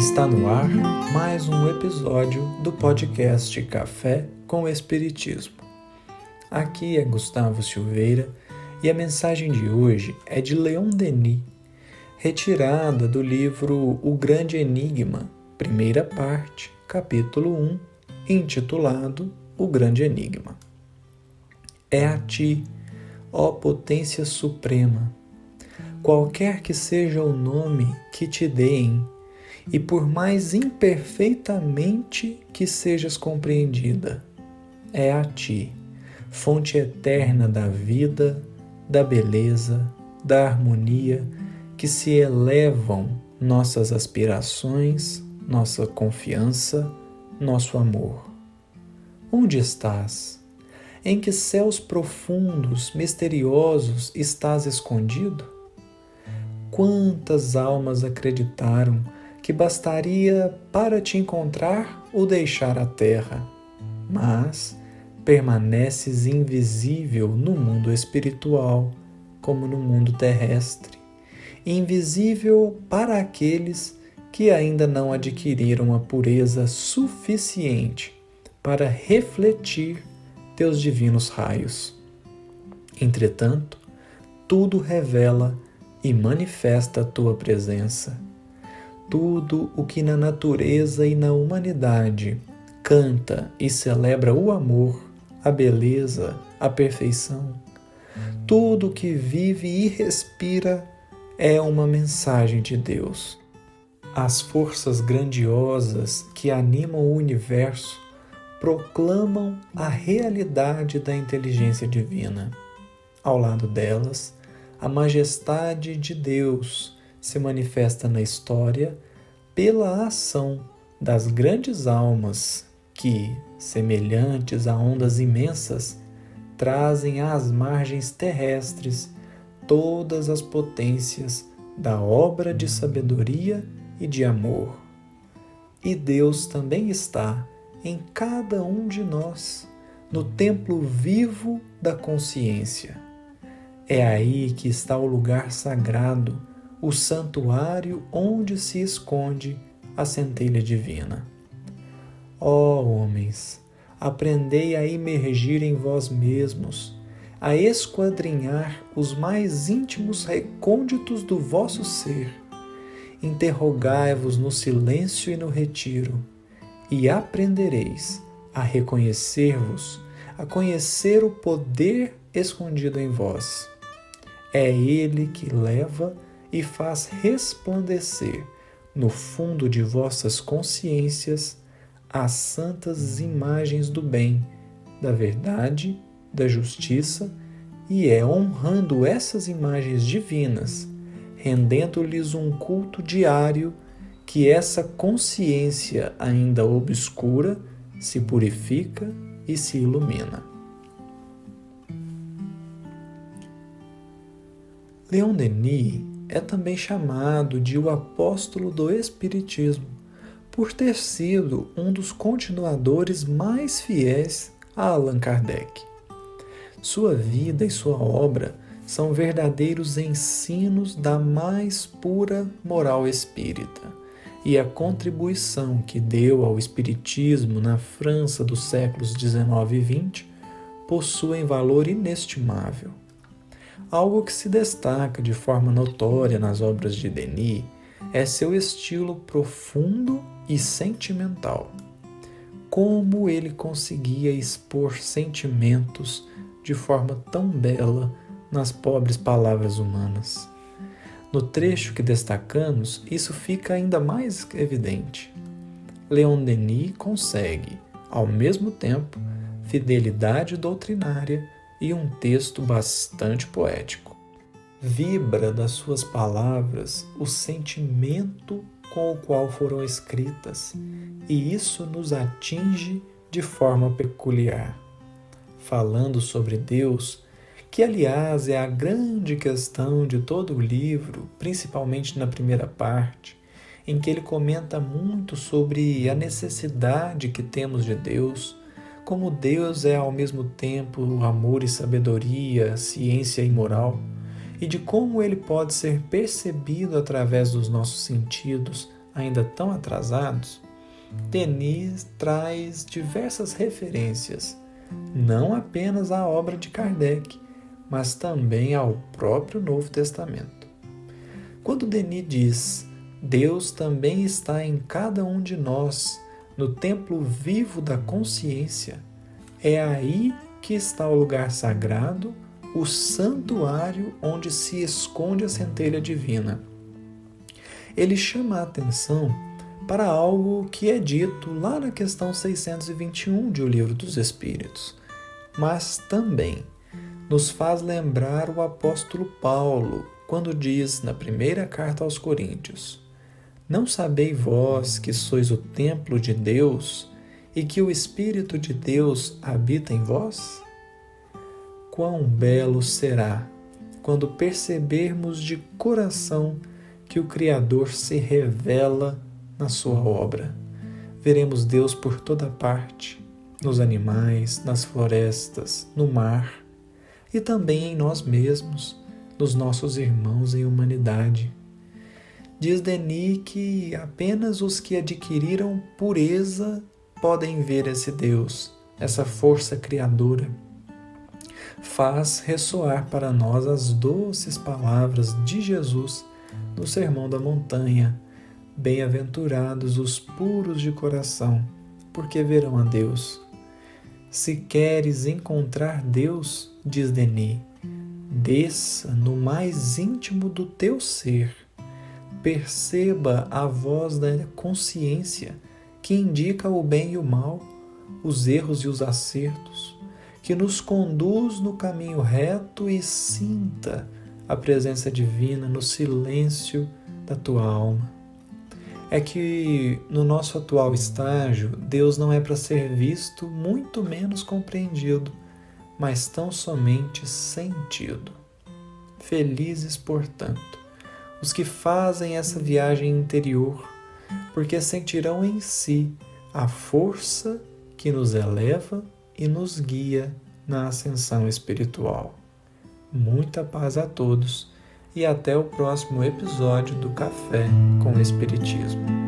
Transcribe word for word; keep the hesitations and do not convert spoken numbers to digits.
Está no ar mais um episódio do podcast Café com Espiritismo. Aqui é Gustavo Silveira e a mensagem de hoje é de Leon Denis, retirada do livro O Grande Enigma, primeira parte, capítulo um, intitulado O Grande Enigma. É a ti, ó potência suprema, qualquer que seja o nome que te deem, e por mais imperfeitamente que sejas compreendida, é a ti, fonte eterna da vida, da beleza, da harmonia, que se elevam nossas aspirações, nossa confiança, nosso amor. Onde estás? Em que céus profundos, misteriosos estás escondido? Quantas almas acreditaram que bastaria para te encontrar ou deixar a terra, mas permaneces invisível no mundo espiritual, como no mundo terrestre, invisível para aqueles que ainda não adquiriram a pureza suficiente para refletir teus divinos raios. Entretanto, tudo revela e manifesta a tua presença. Tudo o que na natureza e na humanidade canta e celebra o amor, a beleza, a perfeição. Tudo o que vive e respira é uma mensagem de Deus. As forças grandiosas que animam o universo proclamam a realidade da inteligência divina. Ao lado delas, a majestade de Deus se manifesta na história pela ação das grandes almas que, semelhantes a ondas imensas, trazem às margens terrestres todas as potências da obra de sabedoria e de amor. E Deus também está em cada um de nós, no templo vivo da consciência. É aí que está o lugar sagrado, o santuário onde se esconde a centelha divina. Ó homens, aprendei a imergir em vós mesmos, a esquadrinhar os mais íntimos recônditos do vosso ser. Interrogai-vos no silêncio e no retiro, e aprendereis a reconhecer-vos, a conhecer o poder escondido em vós. É Ele que leva e faz resplandecer no fundo de vossas consciências as santas imagens do bem, da verdade, da justiça, e é honrando essas imagens divinas, rendendo-lhes um culto diário, que essa consciência ainda obscura se purifica e se ilumina. Leon Denis é também chamado de o apóstolo do Espiritismo, por ter sido um dos continuadores mais fiéis a Allan Kardec. Sua vida e sua obra são verdadeiros ensinos da mais pura moral espírita, e a contribuição que deu ao Espiritismo na França dos séculos dezenove e vinte possuem valor inestimável. Algo que se destaca de forma notória nas obras de Denis é seu estilo profundo e sentimental. Como ele conseguia expor sentimentos de forma tão bela nas pobres palavras humanas. No trecho que destacamos, isso fica ainda mais evidente. Leon Denis consegue, ao mesmo tempo, fidelidade doutrinária e um texto bastante poético. Vibra das suas palavras o sentimento com o qual foram escritas, e isso nos atinge de forma peculiar. Falando sobre Deus, que aliás é a grande questão de todo o livro, principalmente na primeira parte, em que ele comenta muito sobre a necessidade que temos de Deus, como Deus é ao mesmo tempo amor e sabedoria, ciência e moral, e de como ele pode ser percebido através dos nossos sentidos, ainda tão atrasados, Denis traz diversas referências, não apenas à obra de Kardec, mas também ao próprio Novo Testamento. Quando Denis diz: Deus também está em cada um de nós, no templo vivo da consciência, é aí que está o lugar sagrado, o santuário onde se esconde a centelha divina. Ele chama a atenção para algo que é dito lá na questão seiscentos e vinte e um de O Livro dos Espíritos, mas também nos faz lembrar o apóstolo Paulo, quando diz na primeira carta aos Coríntios: Não sabeis vós que sois o templo de Deus e que o Espírito de Deus habita em vós? Quão belo será quando percebermos de coração que o Criador se revela na sua obra. Veremos Deus por toda parte, nos animais, nas florestas, no mar e também em nós mesmos, nos nossos irmãos em humanidade. Diz Denis que apenas os que adquiriram pureza podem ver esse Deus, essa força criadora. Faz ressoar para nós as doces palavras de Jesus no Sermão da Montanha: Bem-aventurados os puros de coração, porque verão a Deus. Se queres encontrar Deus, diz Denis, desça no mais íntimo do teu ser. Perceba a voz da consciência que indica o bem e o mal, os erros e os acertos, que nos conduz no caminho reto, e sinta a presença divina no silêncio da tua alma. É que no nosso atual estágio, Deus não é para ser visto, muito menos compreendido, mas tão somente sentido. Felizes, portanto, os que fazem essa viagem interior, porque sentirão em si a força que nos eleva e nos guia na ascensão espiritual. Muita paz a todos e até o próximo episódio do Café com o Espiritismo.